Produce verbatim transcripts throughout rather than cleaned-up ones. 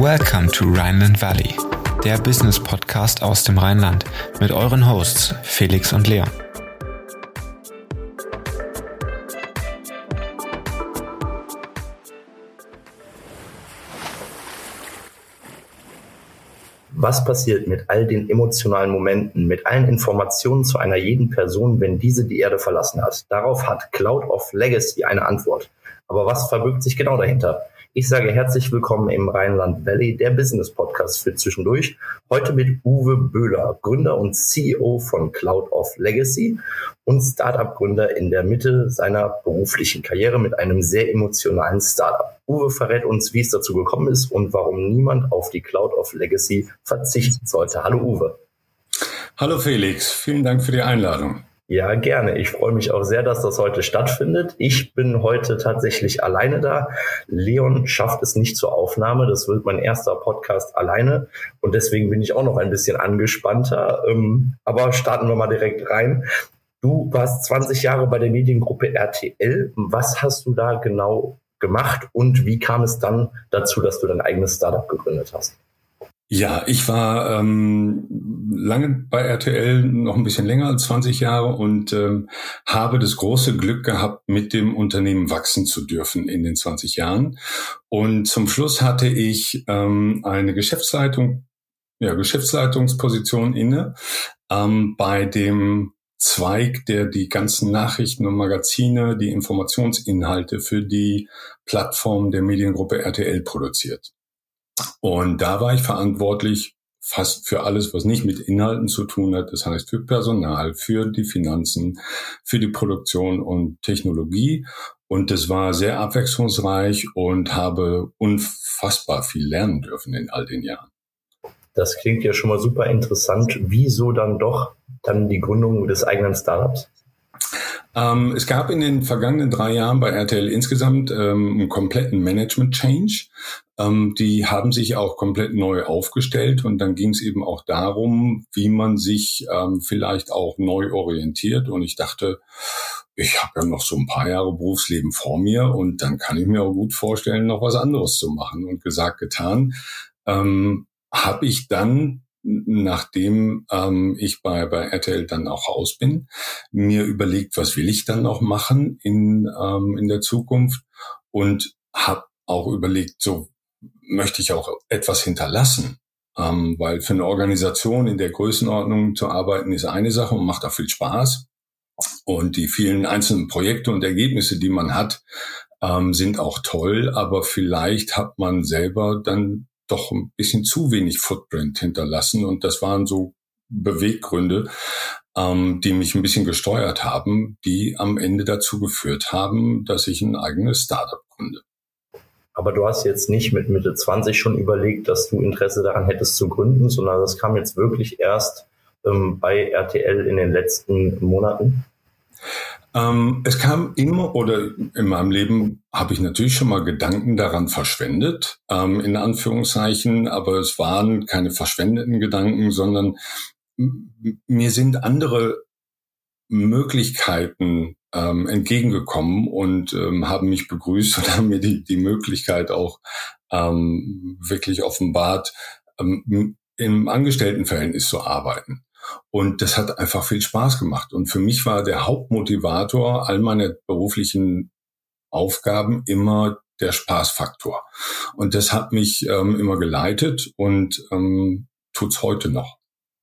Welcome to Rhineland Valley, der Business-Podcast aus dem Rheinland mit euren Hosts Felix und Leon. Was passiert mit all den emotionalen Momenten, mit allen Informationen zu einer jeden Person, wenn diese die Erde verlassen hat? Darauf hat Cloud of Legacy eine Antwort. Aber was verbirgt sich genau dahinter? Ich sage herzlich willkommen im Rhineland Valley, der Business Podcast für zwischendurch. Heute mit Uwe Böhler, Gründer und C E O von Cloud of Legacy und Startup-Gründer in der Mitte seiner beruflichen Karriere mit einem sehr emotionalen Startup. Uwe verrät uns, wie es dazu gekommen ist und warum niemand auf die Cloud of Legacy verzichten sollte. Hallo Uwe. Hallo Felix, vielen Dank für die Einladung. Ja, gerne. Ich freue mich auch sehr, dass das heute stattfindet. Ich bin heute tatsächlich alleine da. Leon schafft es nicht zur Aufnahme. Das wird mein erster Podcast alleine. Und deswegen bin ich auch noch ein bisschen angespannter. Aber starten wir mal direkt rein. Du warst zwanzig Jahre bei der Mediengruppe R T L. Was hast du da genau gemacht und wie kam es dann dazu, dass du dein eigenes Startup gegründet hast? Ja, ich war ähm, lange bei R T L, noch ein bisschen länger als zwanzig Jahre und ähm, habe das große Glück gehabt, mit dem Unternehmen wachsen zu dürfen in den zwanzig Jahren. Und zum Schluss hatte ich ähm, eine Geschäftsleitung, ja, Geschäftsleitungsposition inne ähm, bei dem Zweig, der die ganzen Nachrichten und Magazine, die Informationsinhalte für die Plattform der Mediengruppe R T L produziert. Und da war ich verantwortlich fast für alles, was nicht mit Inhalten zu tun hat. Das heißt für Personal, für die Finanzen, für die Produktion und Technologie. Und das war sehr abwechslungsreich und habe unfassbar viel lernen dürfen in all den Jahren. Das klingt ja schon mal super interessant. Wieso dann doch dann die Gründung des eigenen Startups? Ähm, es gab in den vergangenen drei Jahren bei R T L insgesamt ähm, einen kompletten Management-Change. Ähm, die haben sich auch komplett neu aufgestellt und dann ging es eben auch darum, wie man sich ähm, vielleicht auch neu orientiert. Und ich dachte, ich habe ja noch so ein paar Jahre Berufsleben vor mir und dann kann ich mir auch gut vorstellen, noch was anderes zu machen. Und gesagt, getan, ähm, habe ich dann, nachdem ähm, ich bei, bei R T L dann auch raus bin, mir überlegt, was will ich dann noch machen in, ähm, in der Zukunft und habe auch überlegt, so möchte ich auch etwas hinterlassen, ähm, weil für eine Organisation in der Größenordnung zu arbeiten ist eine Sache und macht auch viel Spaß und die vielen einzelnen Projekte und Ergebnisse, die man hat, ähm, sind auch toll, aber vielleicht hat man selber dann doch ein bisschen zu wenig Footprint hinterlassen. Und das waren so Beweggründe, ähm, die mich ein bisschen gesteuert haben, die am Ende dazu geführt haben, dass ich ein eigenes Startup gründe. Aber du hast jetzt nicht mit Mitte zwanzig schon überlegt, dass du Interesse daran hättest zu gründen, sondern das kam jetzt wirklich erst ähm, bei R T L in den letzten Monaten? Ähm, es kam immer, oder in meinem Leben habe ich natürlich schon mal Gedanken daran verschwendet, ähm, in Anführungszeichen, aber es waren keine verschwendeten Gedanken, sondern m- mir sind andere Möglichkeiten ähm, entgegengekommen und ähm, haben mich begrüßt und haben mir die, die Möglichkeit auch ähm, wirklich offenbart, ähm, im Angestelltenverhältnis zu arbeiten. Und das hat einfach viel Spaß gemacht. Und für mich war der Hauptmotivator all meiner beruflichen Aufgaben immer der Spaßfaktor. Und das hat mich ähm, immer geleitet und ähm, tut's heute noch.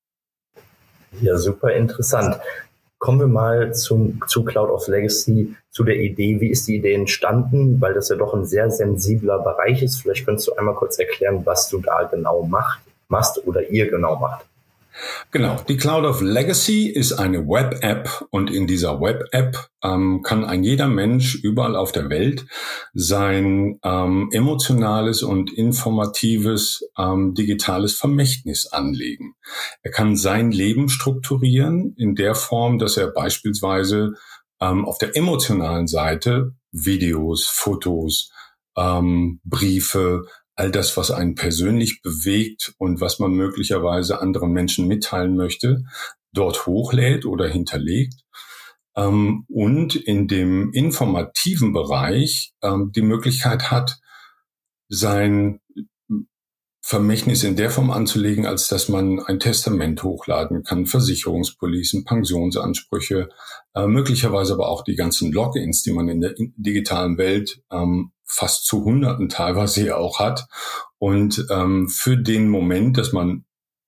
Ja, super interessant. Kommen wir mal zum, zu Cloud of Legacy, zu der Idee. Wie ist die Idee entstanden? Weil das ja doch ein sehr sensibler Bereich ist. Vielleicht könntest du einmal kurz erklären, was du da genau macht, machst oder ihr genau macht. Genau, die Cloud of Legacy ist eine Web-App und in dieser Web-App ähm, kann ein jeder Mensch überall auf der Welt sein ähm, emotionales und informatives ähm, digitales Vermächtnis anlegen. Er kann sein Leben strukturieren in der Form, dass er beispielsweise ähm, auf der emotionalen Seite Videos, Fotos, ähm, Briefe, all das, was einen persönlich bewegt und was man möglicherweise anderen Menschen mitteilen möchte, dort hochlädt oder hinterlegt. Ähm, und in dem informativen Bereich ähm, die Möglichkeit hat, sein Vermächtnis in der Form anzulegen, als dass man ein Testament hochladen kann, Versicherungspolicen, Pensionsansprüche, äh, möglicherweise aber auch die ganzen Logins, die man in der digitalen Welt ähm, fast zu Hunderten teilweise ja auch hat. Und ähm, für den Moment, dass man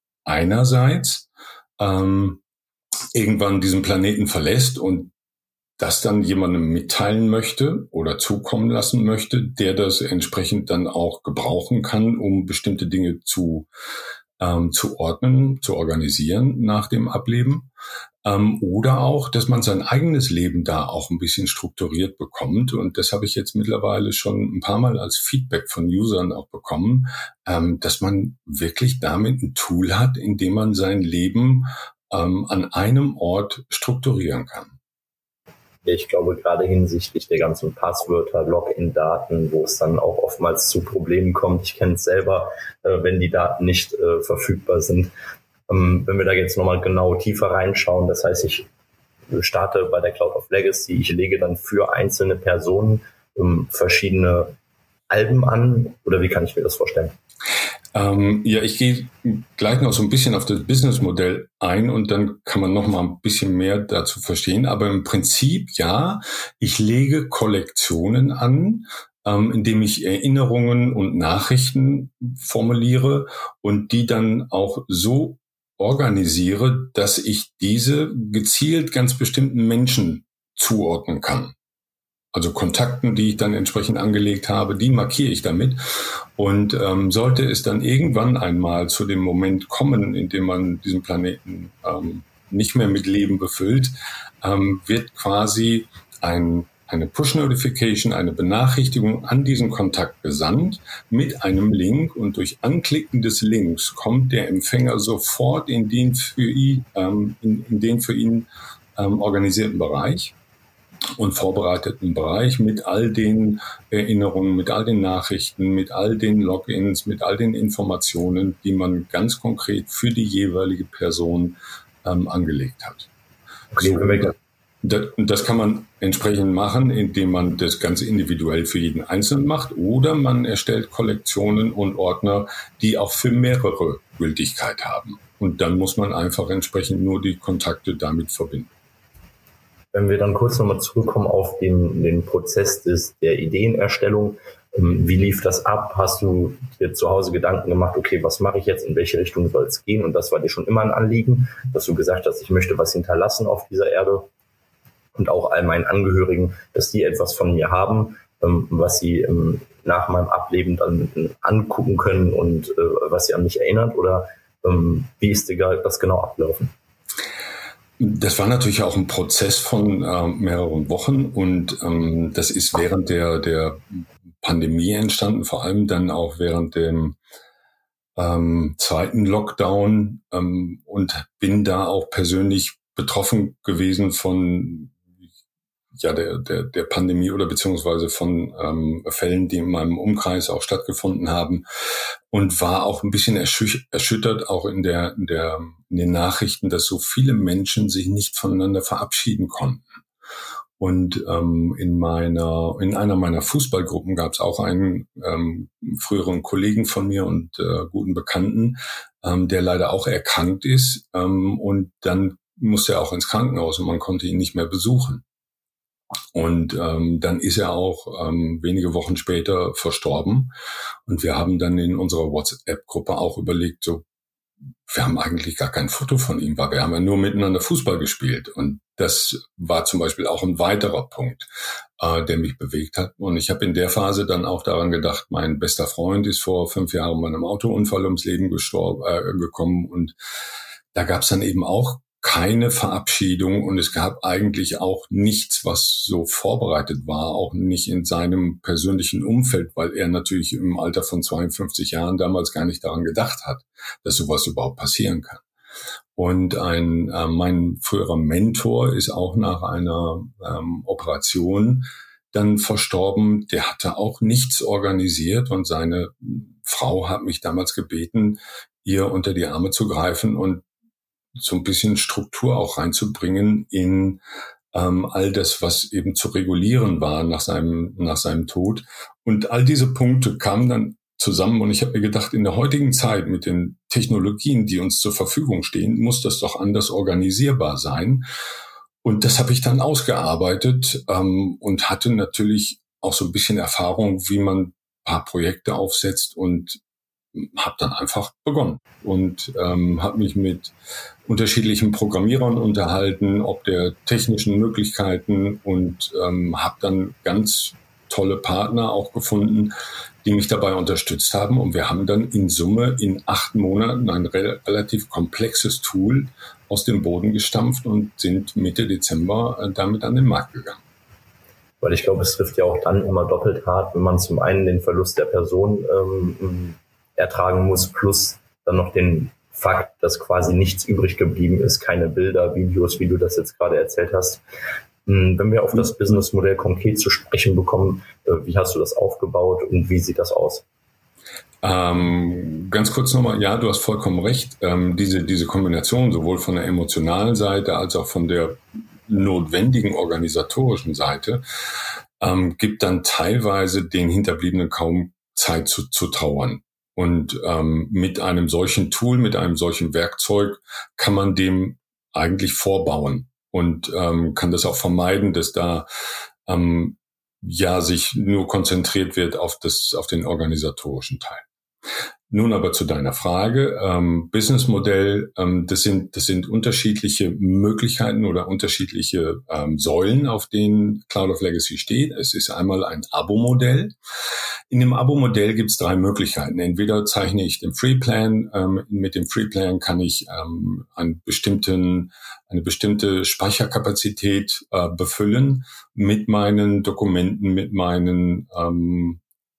einerseits ähm, irgendwann diesen Planeten verlässt und das dann jemandem mitteilen möchte oder zukommen lassen möchte, der das entsprechend dann auch gebrauchen kann, um bestimmte Dinge zu ähm, zu ordnen, zu organisieren nach dem Ableben. Ähm, oder auch, dass man sein eigenes Leben da auch ein bisschen strukturiert bekommt. Und das habe ich jetzt mittlerweile schon ein paar Mal als Feedback von Usern auch bekommen, ähm, dass man wirklich damit ein Tool hat, in dem man sein Leben ähm, an einem Ort strukturieren kann. Ich glaube, gerade hinsichtlich der ganzen Passwörter, Login-Daten, wo es dann auch oftmals zu Problemen kommt. Ich kenne es selber, äh, wenn die Daten nicht äh, verfügbar sind. Ähm, wenn wir da jetzt nochmal genau tiefer reinschauen, das heißt, ich starte bei der Cloud of Legacy, ich lege dann für einzelne Personen ähm, verschiedene Alben an, oder wie kann ich mir das vorstellen? Ähm, ja, ich gehe gleich noch so ein bisschen auf das Businessmodell ein und dann kann man noch mal ein bisschen mehr dazu verstehen. Aber im Prinzip, ja, ich lege Kollektionen an, ähm, indem ich Erinnerungen und Nachrichten formuliere und die dann auch so organisiere, dass ich diese gezielt ganz bestimmten Menschen zuordnen kann. Also Kontakten, die ich dann entsprechend angelegt habe, die markiere ich damit. Und ähm, sollte es dann irgendwann einmal zu dem Moment kommen, in dem man diesen Planeten ähm, nicht mehr mit Leben befüllt, ähm, wird quasi ein, eine Push-Notification, eine Benachrichtigung an diesen Kontakt gesandt mit einem Link. Und durch Anklicken des Links kommt der Empfänger sofort in den für ihn, ähm, in, in den für ihn ähm, organisierten Bereich und vorbereiteten Bereich mit all den Erinnerungen, mit all den Nachrichten, mit all den Logins, mit all den Informationen, die man ganz konkret für die jeweilige Person ähm, angelegt hat. Okay, so, das, das kann man entsprechend machen, indem man das Ganze individuell für jeden Einzelnen macht, oder man erstellt Kollektionen und Ordner, die auch für mehrere Gültigkeit haben. Und dann muss man einfach entsprechend nur die Kontakte damit verbinden. Wenn wir dann kurz nochmal zurückkommen auf den, den Prozess des, der Ideenerstellung, wie lief das ab? Hast du dir zu Hause Gedanken gemacht, okay, was mache ich jetzt, in welche Richtung soll es gehen? Und das war dir schon immer ein Anliegen, dass du gesagt hast, ich möchte was hinterlassen auf dieser Erde und auch all meinen Angehörigen, dass die etwas von mir haben, was sie nach meinem Ableben dann angucken können und was sie an mich erinnert? Oder wie ist dir das genau ablaufen? Das war natürlich auch ein Prozess von äh, mehreren Wochen und ähm, das ist während der der Pandemie entstanden, vor allem dann auch während dem ähm, zweiten Lockdown ähm, und bin da auch persönlich betroffen gewesen von ja der der der Pandemie oder beziehungsweise von ähm, Fällen, die in meinem Umkreis auch stattgefunden haben, und war auch ein bisschen erschü- erschüttert auch in der in der in den Nachrichten, dass so viele Menschen sich nicht voneinander verabschieden konnten. Und ähm, in meiner in einer meiner Fußballgruppen gab es auch einen ähm, früheren Kollegen von mir und äh, guten Bekannten, ähm, der leider auch erkrankt ist, ähm, und dann musste er auch ins Krankenhaus und man konnte ihn nicht mehr besuchen. Und ähm, dann ist er auch ähm, wenige Wochen später verstorben. Und wir haben dann in unserer WhatsApp-Gruppe auch überlegt, so, wir haben eigentlich gar kein Foto von ihm, weil wir haben ja nur miteinander Fußball gespielt. Und das war zum Beispiel auch ein weiterer Punkt, äh, der mich bewegt hat. Und ich habe in der Phase dann auch daran gedacht, mein bester Freund ist vor fünf Jahren bei einem Autounfall ums Leben gestorben, äh, gekommen. Und da gab es dann eben auch keine Verabschiedung und es gab eigentlich auch nichts, was so vorbereitet war, auch nicht in seinem persönlichen Umfeld, weil er natürlich im Alter von zweiundfünfzig Jahren damals gar nicht daran gedacht hat, dass sowas überhaupt passieren kann. Und ein äh, mein früherer Mentor ist auch nach einer ähm, Operation dann verstorben. Der hatte auch nichts organisiert und seine Frau hat mich damals gebeten, ihr unter die Arme zu greifen und so ein bisschen Struktur auch reinzubringen in ähm, all das, was eben zu regulieren war nach seinem nach seinem Tod. Und all diese Punkte kamen dann zusammen und ich habe mir gedacht, in der heutigen Zeit mit den Technologien, die uns zur Verfügung stehen, muss das doch anders organisierbar sein. Und das habe ich dann ausgearbeitet ähm, und hatte natürlich auch so ein bisschen Erfahrung, wie man ein paar Projekte aufsetzt und habe dann einfach begonnen und ähm, habe mich mit unterschiedlichen Programmierern unterhalten, ob der technischen Möglichkeiten und ähm, habe dann ganz tolle Partner auch gefunden, die mich dabei unterstützt haben. Und wir haben dann in Summe in acht Monaten ein re- relativ komplexes Tool aus dem Boden gestampft und sind Mitte Dezember äh, damit an den Markt gegangen. Weil ich glaube, es trifft ja auch dann immer doppelt hart, wenn man zum einen den Verlust der Person ähm, ertragen muss, plus dann noch den Fakt, dass quasi nichts übrig geblieben ist, keine Bilder, Videos, wie du das jetzt gerade erzählt hast. Wenn wir auf das Businessmodell konkret zu sprechen bekommen, wie hast du das aufgebaut und wie sieht das aus? Ähm, ganz kurz nochmal, ja, du hast vollkommen recht. Ähm, diese, diese Kombination sowohl von der emotionalen Seite als auch von der notwendigen organisatorischen Seite ähm, gibt dann teilweise den Hinterbliebenen kaum Zeit zu, zu trauern. Und ähm, mit einem solchen Tool, mit einem solchen Werkzeug kann man dem eigentlich vorbauen und ähm, kann das auch vermeiden, dass da ähm, ja sich nur konzentriert wird auf das, auf den organisatorischen Teil. Nun aber zu deiner Frage, ähm, Businessmodell, ähm, das sind das sind unterschiedliche Möglichkeiten oder unterschiedliche ähm, Säulen, auf denen Cloud of Legacy steht. Es ist einmal ein Abo-Modell. In dem Abo-Modell gibt es drei Möglichkeiten. Entweder zeichne ich den Free-Plan, ähm, mit dem Free-Plan kann ich ähm, einen bestimmten, eine bestimmte Speicherkapazität äh, befüllen mit meinen Dokumenten, mit meinen ähm,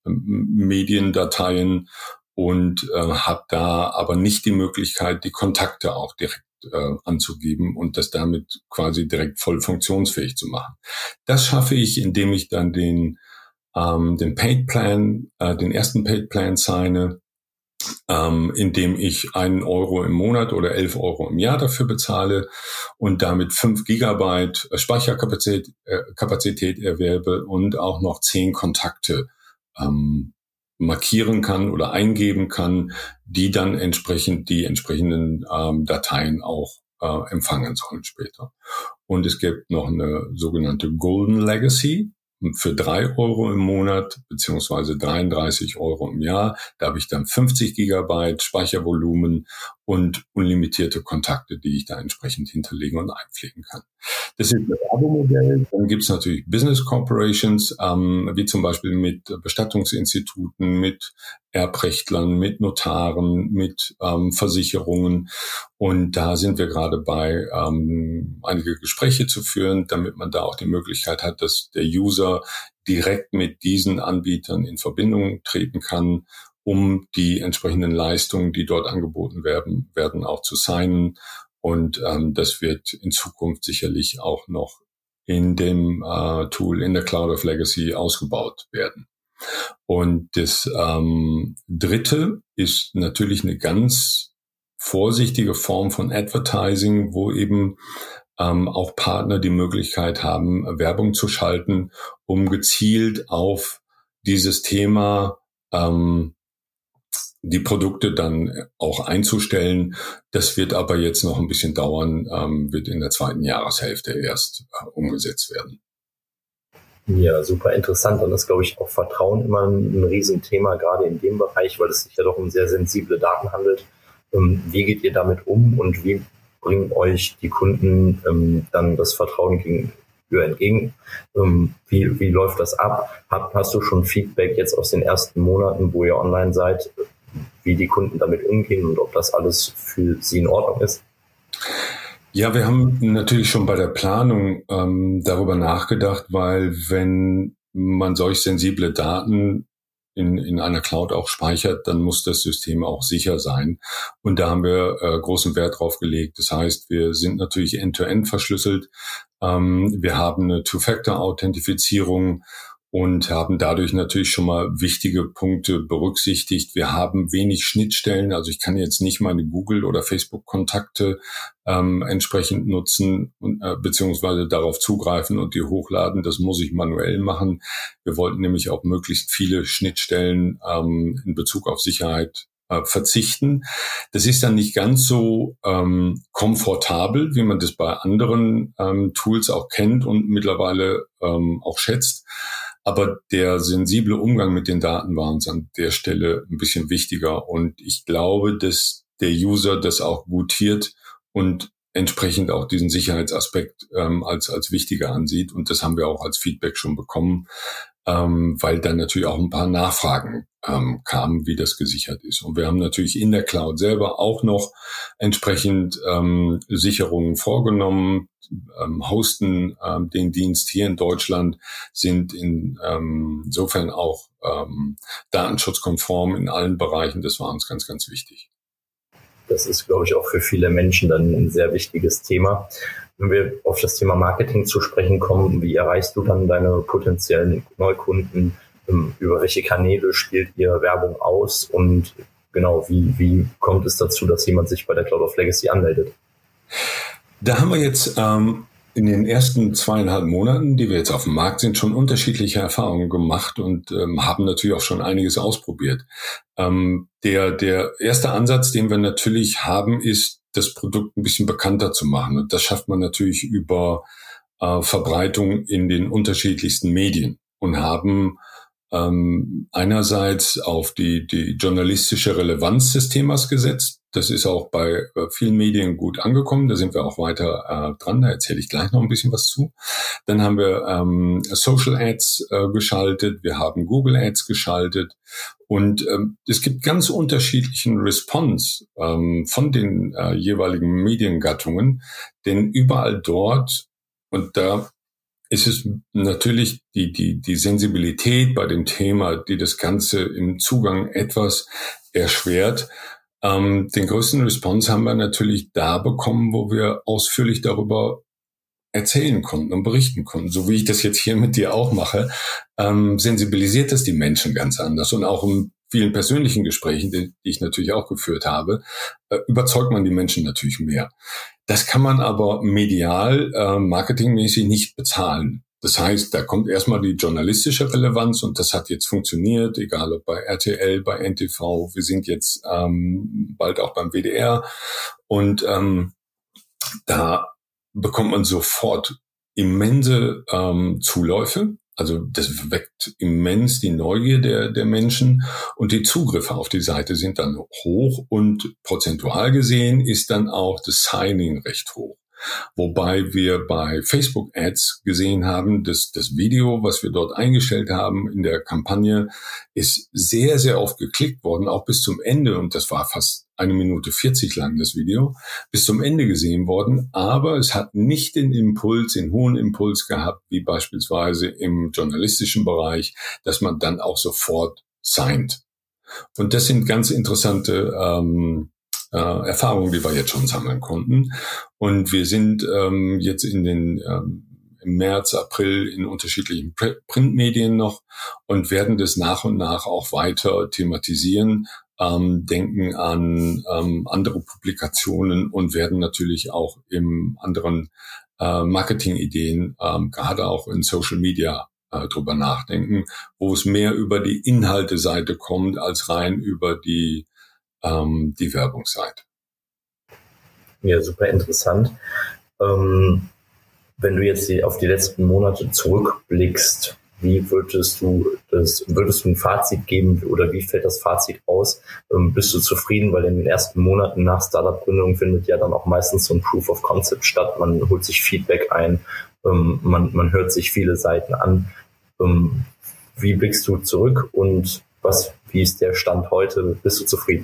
Mediendateien und äh, habe da aber nicht die Möglichkeit, die Kontakte auch direkt äh, anzugeben und das damit quasi direkt voll funktionsfähig zu machen. Das schaffe ich, indem ich dann den ähm, den Paid Plan, äh, den ersten Paid Plan signe, ähm, indem ich einen Euro im Monat oder elf Euro im Jahr dafür bezahle und damit fünf Gigabyte Speicherkapazität äh, Kapazität erwerbe und auch noch zehn Kontakte ähm, markieren kann oder eingeben kann, die dann entsprechend die entsprechenden ähm, Dateien auch äh, empfangen sollen später. Und es gibt noch eine sogenannte Golden Legacy für drei Euro im Monat beziehungsweise dreiunddreißig Euro im Jahr. Da habe ich dann fünfzig Gigabyte Speichervolumen und unlimitierte Kontakte, die ich da entsprechend hinterlegen und einpflegen kann. Das ist das Abo-Modell. Dann gibt es natürlich Business Corporations, ähm, wie zum Beispiel mit Bestattungsinstituten, mit Erbrechtlern, mit Notaren, mit ähm, Versicherungen. Und da sind wir gerade bei, ähm, einige Gespräche zu führen, damit man da auch die Möglichkeit hat, dass der User direkt mit diesen Anbietern in Verbindung treten kann, um die entsprechenden Leistungen, die dort angeboten werden, werden auch zu signen. Und ähm, das wird in Zukunft sicherlich auch noch in dem äh, Tool in der Cloud of Legacy ausgebaut werden. Und das ähm, Dritte ist natürlich eine ganz vorsichtige Form von Advertising, wo eben ähm, auch Partner die Möglichkeit haben, Werbung zu schalten, um gezielt auf dieses Thema ähm, die Produkte dann auch einzustellen. Das wird aber jetzt noch ein bisschen dauern, ähm, wird in der zweiten Jahreshälfte erst äh, umgesetzt werden. Ja, super interessant. Und das ist, glaube ich, auch Vertrauen immer ein, ein Riesenthema, gerade in dem Bereich, weil es sich ja doch um sehr sensible Daten handelt. Ähm, wie geht ihr damit um und wie bringen euch die Kunden ähm, dann das Vertrauen gegenüber entgegen? Ähm, wie, wie läuft das ab? Hast, hast du schon Feedback jetzt aus den ersten Monaten, wo ihr online seid, wie die Kunden damit umgehen und ob das alles für sie in Ordnung ist? Ja, wir haben natürlich schon bei der Planung ähm, darüber nachgedacht, weil wenn man solch sensible Daten in, in einer Cloud auch speichert, dann muss das System auch sicher sein. Und da haben wir äh, großen Wert drauf gelegt. Das heißt, wir sind natürlich end-to-end verschlüsselt. Ähm, wir haben eine Two-Factor-Authentifizierung und haben dadurch natürlich schon mal wichtige Punkte berücksichtigt. Wir haben wenig Schnittstellen, also ich kann jetzt nicht meine Google- oder Facebook-Kontakte ähm, entsprechend nutzen und äh, beziehungsweise darauf zugreifen und die hochladen. Das muss ich manuell machen. Wir wollten nämlich auch möglichst viele Schnittstellen ähm, in Bezug auf Sicherheit äh, verzichten. Das ist dann nicht ganz so ähm, komfortabel, wie man das bei anderen ähm, Tools auch kennt und mittlerweile ähm, auch schätzt. Aber der sensible Umgang mit den Daten war uns an der Stelle ein bisschen wichtiger. Und ich glaube, dass der User das auch gutiert und entsprechend auch diesen Sicherheitsaspekt ähm, als als wichtiger ansieht. Und das haben wir auch als Feedback schon bekommen, ähm, weil dann natürlich auch ein paar Nachfragen ähm, kamen, wie das gesichert ist. Und wir haben natürlich in der Cloud selber auch noch entsprechend ähm, Sicherungen vorgenommen, ähm, hosten ähm, den Dienst hier in Deutschland, sind in, ähm, insofern auch ähm, datenschutzkonform in allen Bereichen. Das war uns ganz, ganz wichtig. Das ist, glaube ich, auch für viele Menschen dann ein sehr wichtiges Thema. Wenn wir auf das Thema Marketing zu sprechen kommen, wie erreichst du dann deine potenziellen Neukunden? Über welche Kanäle spielt ihr Werbung aus? Und genau, wie, wie kommt es dazu, dass jemand sich bei der Cloud of Legacy anmeldet? Da haben wir jetzt ähm, in den ersten zweieinhalb Monaten, die wir jetzt auf dem Markt sind, schon unterschiedliche Erfahrungen gemacht und ähm, haben natürlich auch schon einiges ausprobiert. Ähm, der, der erste Ansatz, den wir natürlich haben, ist, das Produkt ein bisschen bekannter zu machen. Und das schafft man natürlich über äh, Verbreitung in den unterschiedlichsten Medien und haben ähm, einerseits auf die, die journalistische Relevanz des Themas gesetzt. Das ist auch bei vielen Medien gut angekommen. Da sind wir auch weiter äh, dran. Da erzähle ich gleich noch ein bisschen was zu. Dann haben wir ähm, Social Ads äh, geschaltet. Wir haben Google Ads geschaltet. Und ähm, es gibt ganz unterschiedlichen Response ähm, von den äh, jeweiligen Mediengattungen. Denn überall dort, und da ist es natürlich die, die, die Sensibilität bei dem Thema, die das Ganze im Zugang etwas erschwert. Ähm, den größten Response haben wir natürlich da bekommen, wo wir ausführlich darüber erzählen konnten und berichten konnten, so wie ich das jetzt hier mit dir auch mache, ähm, sensibilisiert das die Menschen ganz anders. Und auch in vielen persönlichen Gesprächen, die, die ich natürlich auch geführt habe, äh, überzeugt man die Menschen natürlich mehr. Das kann man aber medial, äh, marketingmäßig nicht bezahlen. Das heißt, da kommt erstmal die journalistische Relevanz und das hat jetzt funktioniert, egal ob bei R T L, bei N T V, wir sind jetzt ähm, bald auch beim W D R und ähm, da bekommt man sofort immense ähm, Zuläufe. Also das weckt immens die Neugier der, der Menschen und die Zugriffe auf die Seite sind dann hoch und prozentual gesehen ist dann auch das Signing recht hoch. Wobei wir bei Facebook Ads gesehen haben, dass das Video, was wir dort eingestellt haben in der Kampagne, ist sehr, sehr oft geklickt worden, auch bis zum Ende. Und das war fast eine Minute vierzig lang, das Video, bis zum Ende gesehen worden. Aber es hat nicht den Impuls, den hohen Impuls gehabt, wie beispielsweise im journalistischen Bereich, dass man dann auch sofort signed. Und das sind ganz interessante ähm, Äh, Erfahrungen, die wir jetzt schon sammeln konnten. Und wir sind ähm, jetzt in den ähm, im März, April in unterschiedlichen Pr- Printmedien noch und werden das nach und nach auch weiter thematisieren, ähm, denken an ähm, andere Publikationen und werden natürlich auch im anderen äh, Marketingideen, ähm, gerade auch in Social Media äh, drüber nachdenken, wo es mehr über die Inhalteseite kommt, als rein über die Ähm, die Werbungsseite. Ja, super interessant. Ähm, wenn du jetzt die, auf die letzten Monate zurückblickst, wie würdest du das, würdest du ein Fazit geben oder wie fällt das Fazit aus? Ähm, bist du zufrieden? Weil in den ersten Monaten nach Startup-Gründung findet ja dann auch meistens so ein Proof of Concept statt. Man holt sich Feedback ein, ähm, man, man hört sich viele Seiten an. Ähm, wie blickst du zurück und was, wie ist der Stand heute? Bist du zufrieden?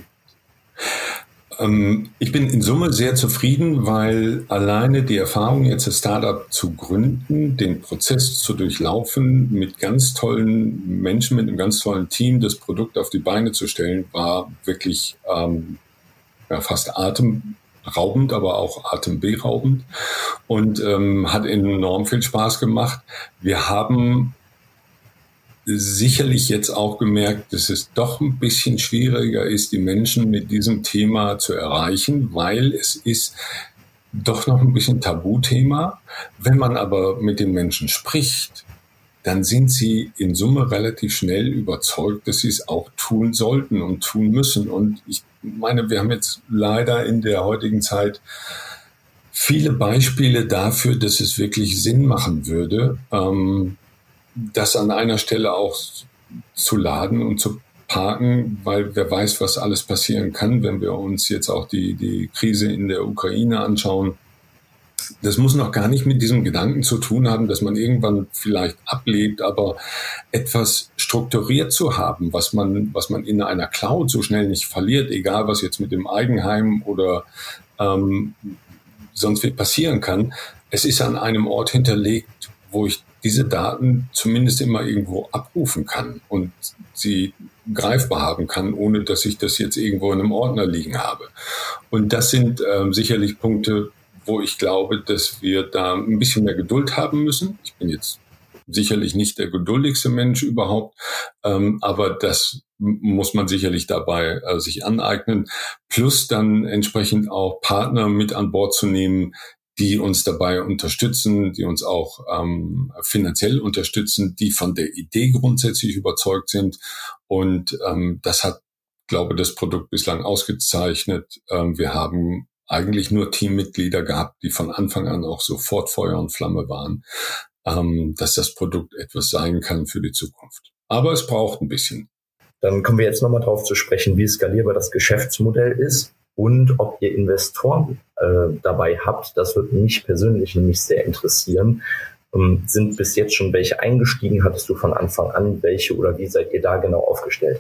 Ich bin in Summe sehr zufrieden, weil alleine die Erfahrung, jetzt das Startup zu gründen, den Prozess zu durchlaufen, mit ganz tollen Menschen, mit einem ganz tollen Team das Produkt auf die Beine zu stellen, war wirklich ähm, ja, fast atemraubend, aber auch atemberaubend und ähm, hat enorm viel Spaß gemacht. Wir haben sicherlich jetzt auch gemerkt, dass es doch ein bisschen schwieriger ist, die Menschen mit diesem Thema zu erreichen, weil es ist doch noch ein bisschen Tabuthema. Wenn man aber mit den Menschen spricht, dann sind sie in Summe relativ schnell überzeugt, dass sie es auch tun sollten und tun müssen. Und ich meine, wir haben jetzt leider in der heutigen Zeit viele Beispiele dafür, dass es wirklich Sinn machen würde, ähm, das an einer Stelle auch zu laden und zu parken, weil wer weiß, was alles passieren kann, wenn wir uns jetzt auch die, die Krise in der Ukraine anschauen. Das muss noch gar nicht mit diesem Gedanken zu tun haben, dass man irgendwann vielleicht ablebt, aber etwas strukturiert zu haben, was man, was man in einer Cloud so schnell nicht verliert, egal was jetzt mit dem Eigenheim oder ähm, sonst wie passieren kann. Es ist an einem Ort hinterlegt, wo ich diese Daten zumindest immer irgendwo abrufen kann und sie greifbar haben kann, ohne dass ich das jetzt irgendwo in einem Ordner liegen habe. Und das sind ähm, sicherlich Punkte, wo ich glaube, dass wir da ein bisschen mehr Geduld haben müssen. Ich bin jetzt sicherlich nicht der geduldigste Mensch überhaupt, ähm, aber das muss man sicherlich dabei äh, sich aneignen. Plus dann entsprechend auch Partner mit an Bord zu nehmen, die uns dabei unterstützen, die uns auch ähm, finanziell unterstützen, die von der Idee grundsätzlich überzeugt sind. Und ähm, das hat, glaube ich, das Produkt bislang ausgezeichnet. Ähm, wir haben eigentlich nur Teammitglieder gehabt, die von Anfang an auch sofort Feuer und Flamme waren, ähm, dass das Produkt etwas sein kann für die Zukunft. Aber es braucht ein bisschen. Dann kommen wir jetzt nochmal drauf zu sprechen, wie skalierbar das Geschäftsmodell ist und ob ihr Investoren äh, dabei habt. Das würde mich persönlich nämlich sehr interessieren. Ähm, sind bis jetzt schon welche eingestiegen? Hattest du von Anfang an welche oder wie seid ihr da genau aufgestellt?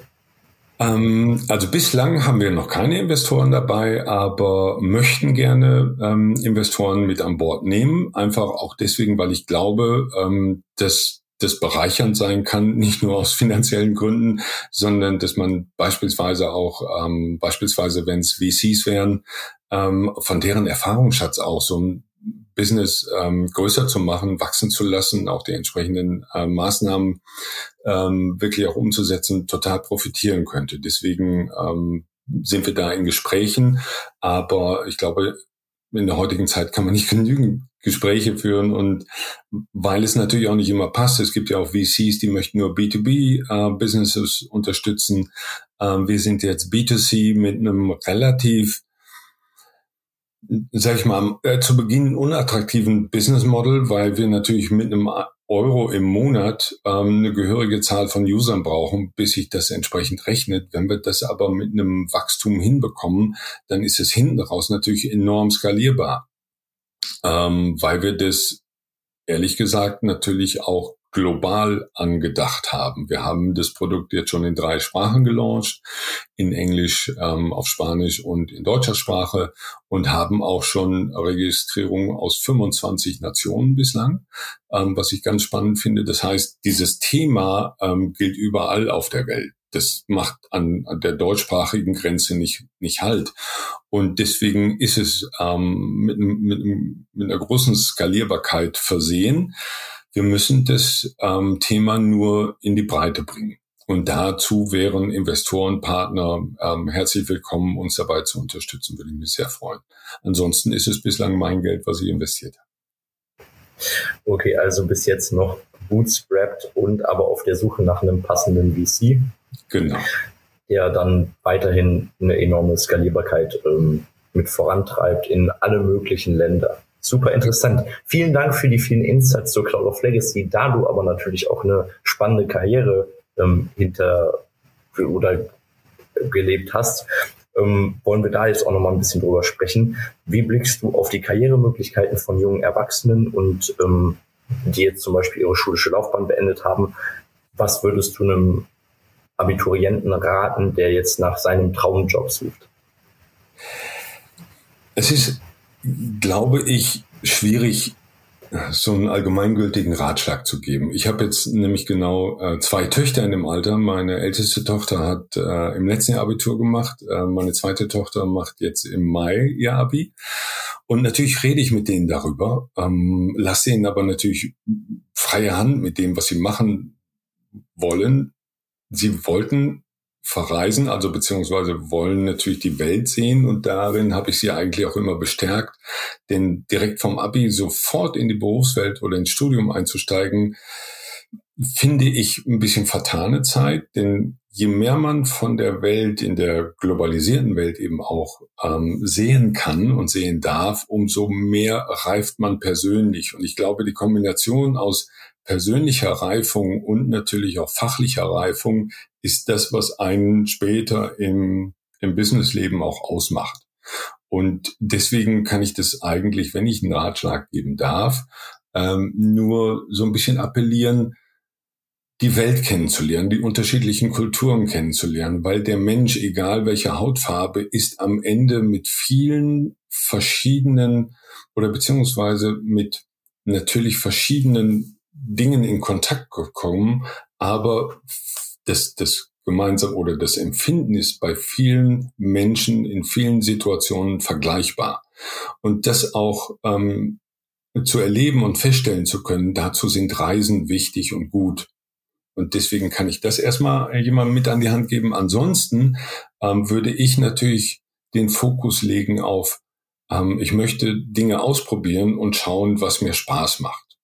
Ähm, also bislang haben wir noch keine Investoren dabei, aber möchten gerne ähm, Investoren mit an Bord nehmen. Einfach auch deswegen, weil ich glaube, ähm, dass das bereichernd sein kann, nicht nur aus finanziellen Gründen, sondern dass man beispielsweise auch, ähm, beispielsweise wenn es V Cs wären, ähm, von deren Erfahrungsschatz auch so ein Business ähm, größer zu machen, wachsen zu lassen, auch die entsprechenden äh, Maßnahmen ähm, wirklich auch umzusetzen, total profitieren könnte. Deswegen ähm, sind wir da in Gesprächen, aber ich glaube, in der heutigen Zeit kann man nicht genügend Gespräche führen und weil es natürlich auch nicht immer passt, es gibt ja auch V Cs, die möchten nur B zwei B äh, Businesses unterstützen. Ähm, wir sind jetzt B zwei C mit einem relativ, sag ich mal, äh, zu Beginn unattraktiven Business Model, weil wir natürlich mit einem Euro im Monat ähm, eine gehörige Zahl von Usern brauchen, bis sich das entsprechend rechnet. Wenn wir das aber mit einem Wachstum hinbekommen, dann ist es hinten raus natürlich enorm skalierbar, ähm, weil wir das ehrlich gesagt natürlich auch global angedacht haben. Wir haben das Produkt jetzt schon in drei Sprachen gelauncht, in Englisch, ähm, auf Spanisch und in deutscher Sprache und haben auch schon Registrierungen aus fünfundzwanzig Nationen bislang, ähm, was ich ganz spannend finde. Das heißt, dieses Thema ähm, gilt überall auf der Welt. Das macht an, an der deutschsprachigen Grenze nicht, nicht Halt. Und deswegen ist es ähm, mit, mit, mit einer großen Skalierbarkeit versehen. Wir müssen das ähm, Thema nur in die Breite bringen. Und dazu wären Investoren, Partner ähm, herzlich willkommen, uns dabei zu unterstützen, würde ich mich sehr freuen. Ansonsten ist es bislang mein Geld, was ich investiert habe. Okay, also bis jetzt noch bootstrapped und aber auf der Suche nach einem passenden V C. Genau. Der dann weiterhin eine enorme Skalierbarkeit ähm, mit vorantreibt in alle möglichen Länder. Super interessant. Vielen Dank für die vielen Insights zur Cloud of Legacy, da du aber natürlich auch eine spannende Karriere ähm, hinter oder gelebt hast. Ähm, wollen wir da jetzt auch noch mal ein bisschen drüber sprechen. Wie blickst du auf die Karrieremöglichkeiten von jungen Erwachsenen und ähm, die jetzt zum Beispiel ihre schulische Laufbahn beendet haben? Was würdest du einem Abiturienten raten, der jetzt nach seinem Traumjob sucht? Es ist, glaube ich, schwierig, so einen allgemeingültigen Ratschlag zu geben. Ich habe jetzt nämlich genau äh, zwei Töchter in dem Alter. Meine älteste Tochter hat äh, im letzten Jahr Abitur gemacht. Äh, meine zweite Tochter macht jetzt im Mai ihr Abi. Und natürlich rede ich mit denen darüber, ähm, lasse ihnen aber natürlich freie Hand mit dem, was sie machen wollen, sie wollten verreisen, also beziehungsweise wollen natürlich die Welt sehen, und darin habe ich sie eigentlich auch immer bestärkt, denn direkt vom Abi sofort in die Berufswelt oder ins Studium einzusteigen, finde ich ein bisschen vertane Zeit, denn je mehr man von der Welt, in der globalisierten Welt eben auch ähm, sehen kann und sehen darf, umso mehr reift man persönlich. Und ich glaube, die Kombination aus persönlicher Reifung und natürlich auch fachlicher Reifung ist das, was einen später im, im Businessleben auch ausmacht. Und deswegen kann ich das eigentlich, wenn ich einen Ratschlag geben darf, ähm, nur so ein bisschen appellieren, die Welt kennenzulernen, die unterschiedlichen Kulturen kennenzulernen, weil der Mensch, egal welche Hautfarbe, ist am Ende mit vielen verschiedenen oder beziehungsweise mit natürlich verschiedenen Dingen in Kontakt gekommen, aber das, das gemeinsam oder das Empfinden ist bei vielen Menschen in vielen Situationen vergleichbar. Und das auch ähm, zu erleben und feststellen zu können, dazu sind Reisen wichtig und gut. Und deswegen kann ich das erstmal jemandem mit an die Hand geben. Ansonsten ähm, würde ich natürlich den Fokus legen auf, ähm, ich möchte Dinge ausprobieren und schauen, was mir Spaß macht.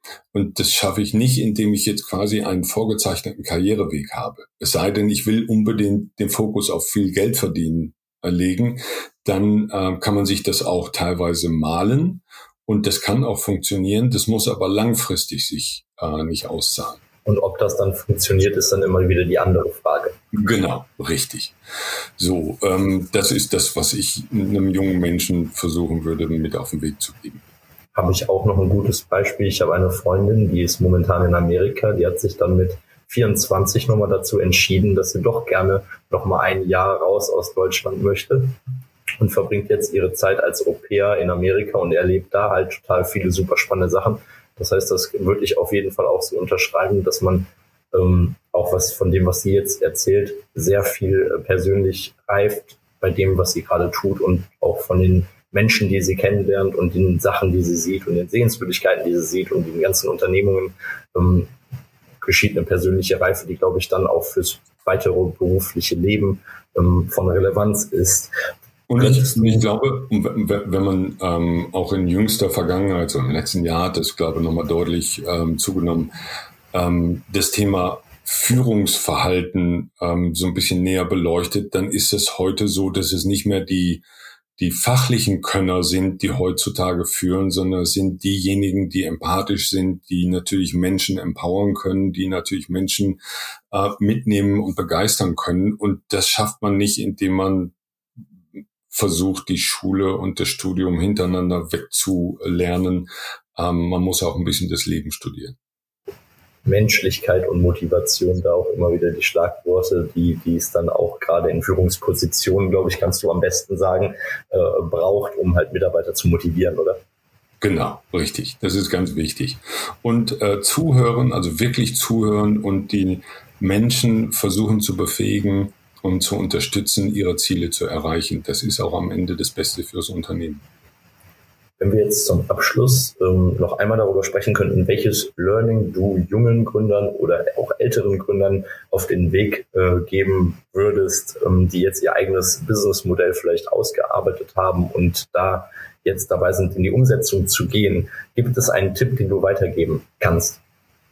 Und das schaffe ich nicht, indem ich jetzt quasi einen vorgezeichneten Karriereweg habe. Es sei denn, ich will unbedingt den Fokus auf viel Geld verdienen äh, legen. Dann äh, kann man sich das auch teilweise malen. Und das kann auch funktionieren. Das muss aber langfristig sich äh, nicht auszahlen. Und ob das dann funktioniert, ist dann immer wieder die andere Frage. Genau, richtig. So, ähm, das ist das, was ich einem jungen Menschen versuchen würde, mit auf den Weg zu geben. Habe ich auch noch ein gutes Beispiel. Ich habe eine Freundin, die ist momentan in Amerika. Die hat sich dann mit vierundzwanzig nochmal dazu entschieden, dass sie doch gerne nochmal ein Jahr raus aus Deutschland möchte und verbringt jetzt ihre Zeit als Au-pair in Amerika und erlebt da halt total viele super spannende Sachen. Das heißt, das würde ich auf jeden Fall auch so unterschreiben, dass man ähm, auch was von dem, was sie jetzt erzählt, sehr viel äh, persönlich reift bei dem, was sie gerade tut und auch von den Menschen, die sie kennenlernt und den Sachen, die sie sieht und den Sehenswürdigkeiten, die sie sieht und den ganzen Unternehmungen ähm, geschieht eine persönliche Reife, die, glaube ich, dann auch fürs weitere berufliche Leben ähm, von Relevanz ist. Und ich, ich glaube, wenn man ähm, auch in jüngster Vergangenheit, also im letzten Jahr hat das, glaube ich, nochmal deutlich ähm, zugenommen, ähm, das Thema Führungsverhalten ähm, so ein bisschen näher beleuchtet, dann ist es heute so, dass es nicht mehr die die fachlichen Könner sind, die heutzutage führen, sondern es sind diejenigen, die empathisch sind, die natürlich Menschen empowern können, die natürlich Menschen äh, mitnehmen und begeistern können. Und das schafft man nicht, indem man versucht, die Schule und das Studium hintereinander wegzulernen. Ähm, man muss auch ein bisschen das Leben studieren. Menschlichkeit und Motivation, da auch immer wieder die Schlagworte, die, die es dann auch gerade in Führungspositionen, glaube ich, kannst du am besten sagen, äh, braucht, um halt Mitarbeiter zu motivieren, oder? Genau, richtig. Das ist ganz wichtig. Und äh, zuhören, also wirklich zuhören und die Menschen versuchen zu befähigen und zu unterstützen, ihre Ziele zu erreichen. Das ist auch am Ende das Beste fürs Unternehmen. Wenn wir jetzt zum Abschluss ähm, noch einmal darüber sprechen könnten, welches Learning du jungen Gründern oder auch älteren Gründern auf den Weg äh, geben würdest, ähm, die jetzt ihr eigenes Businessmodell vielleicht ausgearbeitet haben und da jetzt dabei sind, in die Umsetzung zu gehen. Gibt es einen Tipp, den du weitergeben kannst?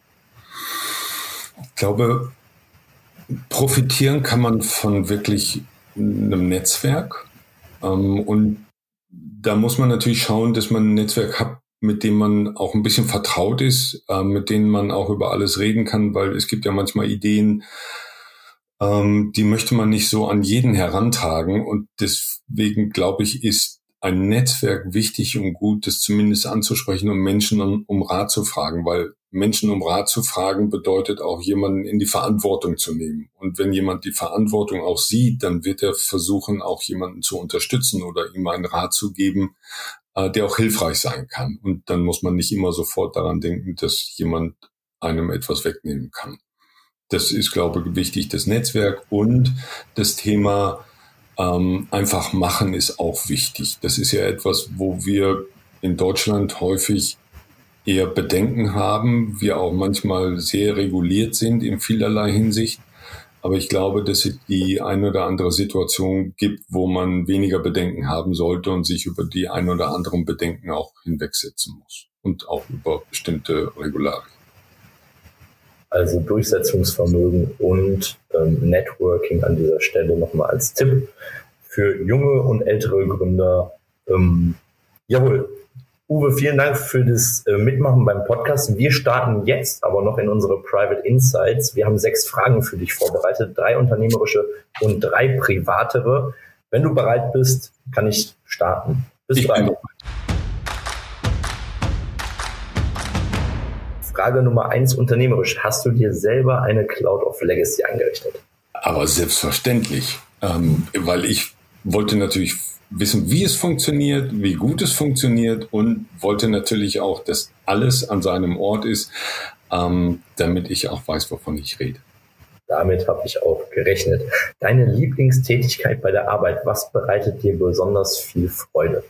Ich glaube, profitieren kann man von wirklich einem Netzwerk. Ähm, und da muss man natürlich schauen, dass man ein Netzwerk hat, mit dem man auch ein bisschen vertraut ist, äh, mit denen man auch über alles reden kann, weil es gibt ja manchmal Ideen, ähm, die möchte man nicht so an jeden herantragen. Und deswegen, glaube ich, ist ein Netzwerk wichtig und gut, das zumindest anzusprechen und Menschen um, um Rat zu fragen, weil Menschen um Rat zu fragen bedeutet auch, jemanden in die Verantwortung zu nehmen. Und wenn jemand die Verantwortung auch sieht, dann wird er versuchen, auch jemanden zu unterstützen oder ihm einen Rat zu geben, äh, der auch hilfreich sein kann. Und dann muss man nicht immer sofort daran denken, dass jemand einem etwas wegnehmen kann. Das ist, glaube ich, wichtig, das Netzwerk und das Thema ähm, einfach machen ist auch wichtig. Das ist ja etwas, wo wir in Deutschland häufig eher Bedenken haben, wir auch manchmal sehr reguliert sind in vielerlei Hinsicht. Aber ich glaube, dass es die ein oder andere Situation gibt, wo man weniger Bedenken haben sollte und sich über die ein oder anderen Bedenken auch hinwegsetzen muss und auch über bestimmte Regularien. Also Durchsetzungsvermögen und ähm, Networking an dieser Stelle nochmal als Tipp für junge und ältere Gründer. Ähm, jawohl. Uwe, vielen Dank für das äh, Mitmachen beim Podcast. Wir starten jetzt aber noch in unsere Private Insights. Wir haben sechs Fragen für dich vorbereitet, drei unternehmerische und drei privatere. Wenn du bereit bist, kann ich starten. Bist du bereit? Frage Nummer eins, unternehmerisch. Hast du dir selber eine Cloud of Legacy eingerichtet? Aber selbstverständlich, ähm, weil ich wollte natürlich wissen, wie es funktioniert, wie gut es funktioniert und wollte natürlich auch, dass alles an seinem Ort ist, ähm, damit ich auch weiß, wovon ich rede. Damit habe ich auch gerechnet. Deine Lieblingstätigkeit bei der Arbeit, was bereitet dir besonders viel Freude?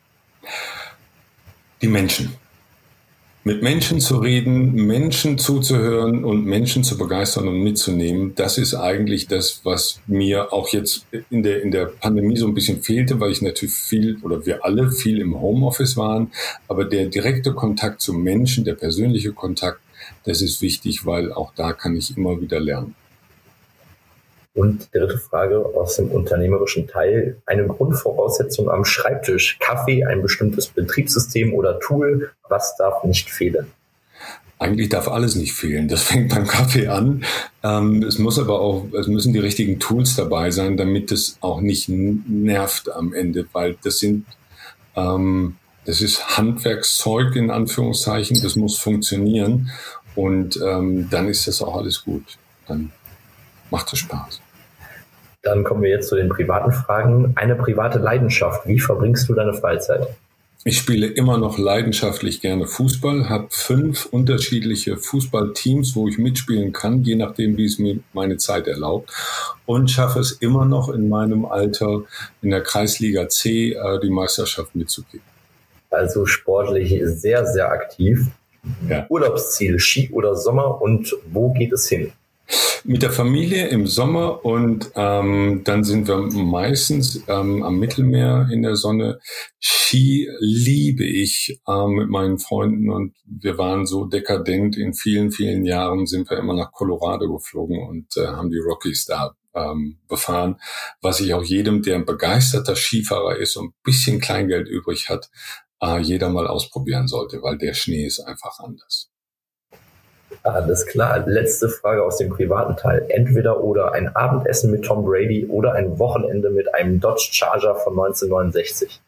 Die Menschen. Mit Menschen zu reden, Menschen zuzuhören und Menschen zu begeistern und mitzunehmen, das ist eigentlich das, was mir auch jetzt in der, in der Pandemie so ein bisschen fehlte, weil ich natürlich viel oder wir alle viel im Homeoffice waren. Aber der direkte Kontakt zu Menschen, der persönliche Kontakt, das ist wichtig, weil auch da kann ich immer wieder lernen. Und dritte Frage aus dem unternehmerischen Teil. Eine Grundvoraussetzung am Schreibtisch. Kaffee, ein bestimmtes Betriebssystem oder Tool. Was darf nicht fehlen? Eigentlich darf alles nicht fehlen. Das fängt beim Kaffee an. Ähm, es muss aber auch, es müssen die richtigen Tools dabei sein, damit es auch nicht nervt am Ende, weil das sind, ähm, das ist Handwerkszeug in Anführungszeichen. Das muss funktionieren und ähm, dann ist das auch alles gut. Dann macht es Spaß. Dann kommen wir jetzt zu den privaten Fragen. Eine private Leidenschaft. Wie verbringst du deine Freizeit? Ich spiele immer noch leidenschaftlich gerne Fußball, habe fünf unterschiedliche Fußballteams, wo ich mitspielen kann, je nachdem, wie es mir meine Zeit erlaubt. Und schaffe es immer noch in meinem Alter in der Kreisliga C die Meisterschaft mitzugeben. Also sportlich sehr, sehr aktiv. Ja. Urlaubsziel, Ski oder Sommer und wo geht es hin? Mit der Familie im Sommer und ähm, dann sind wir meistens ähm, am Mittelmeer in der Sonne. Ski liebe ich ähm, mit meinen Freunden und wir waren so dekadent. In vielen, vielen Jahren sind wir immer nach Colorado geflogen und äh, haben die Rockies da ähm, befahren. Was ich auch jedem, der ein begeisterter Skifahrer ist und ein bisschen Kleingeld übrig hat, äh, jeder mal ausprobieren sollte, weil der Schnee ist einfach anders. Alles klar. Letzte Frage aus dem privaten Teil. Entweder oder ein Abendessen mit Tom Brady oder ein Wochenende mit einem Dodge Charger von neunzehnhundertneunundsechzig.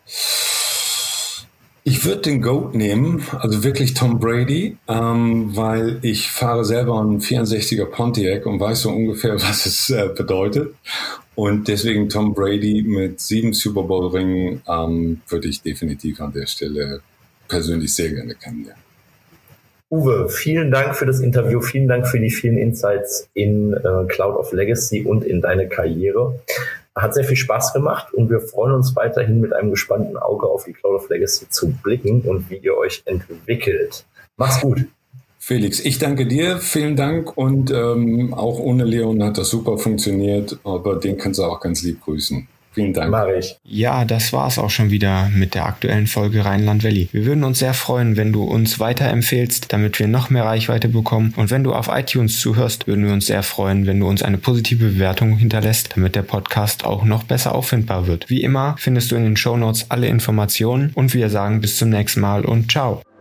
Ich würde den GOAT nehmen, also wirklich Tom Brady, ähm, weil ich fahre selber einen vierundsechziger Pontiac und weiß so ungefähr, was es äh, bedeutet. Und deswegen Tom Brady mit sieben Super Bowl Ringen ähm, würde ich definitiv an der Stelle persönlich sehr gerne kennenlernen. Uwe, vielen Dank für das Interview, vielen Dank für die vielen Insights in äh, Cloud of Legacy und in deine Karriere. Hat sehr viel Spaß gemacht und wir freuen uns weiterhin mit einem gespannten Auge auf die Cloud of Legacy zu blicken und wie ihr euch entwickelt. Mach's gut. Felix, ich danke dir, vielen Dank und ähm, auch ohne Leon hat das super funktioniert, aber den kannst du auch ganz lieb grüßen. Vielen Dank. Mach ich. Ja, das war's auch schon wieder mit der aktuellen Folge Rheinland Valley. Wir würden uns sehr freuen, wenn du uns weiterempfehlst, damit wir noch mehr Reichweite bekommen. Und wenn du auf iTunes zuhörst, würden wir uns sehr freuen, wenn du uns eine positive Bewertung hinterlässt, damit der Podcast auch noch besser auffindbar wird. Wie immer findest du in den Shownotes alle Informationen und wir sagen bis zum nächsten Mal und ciao.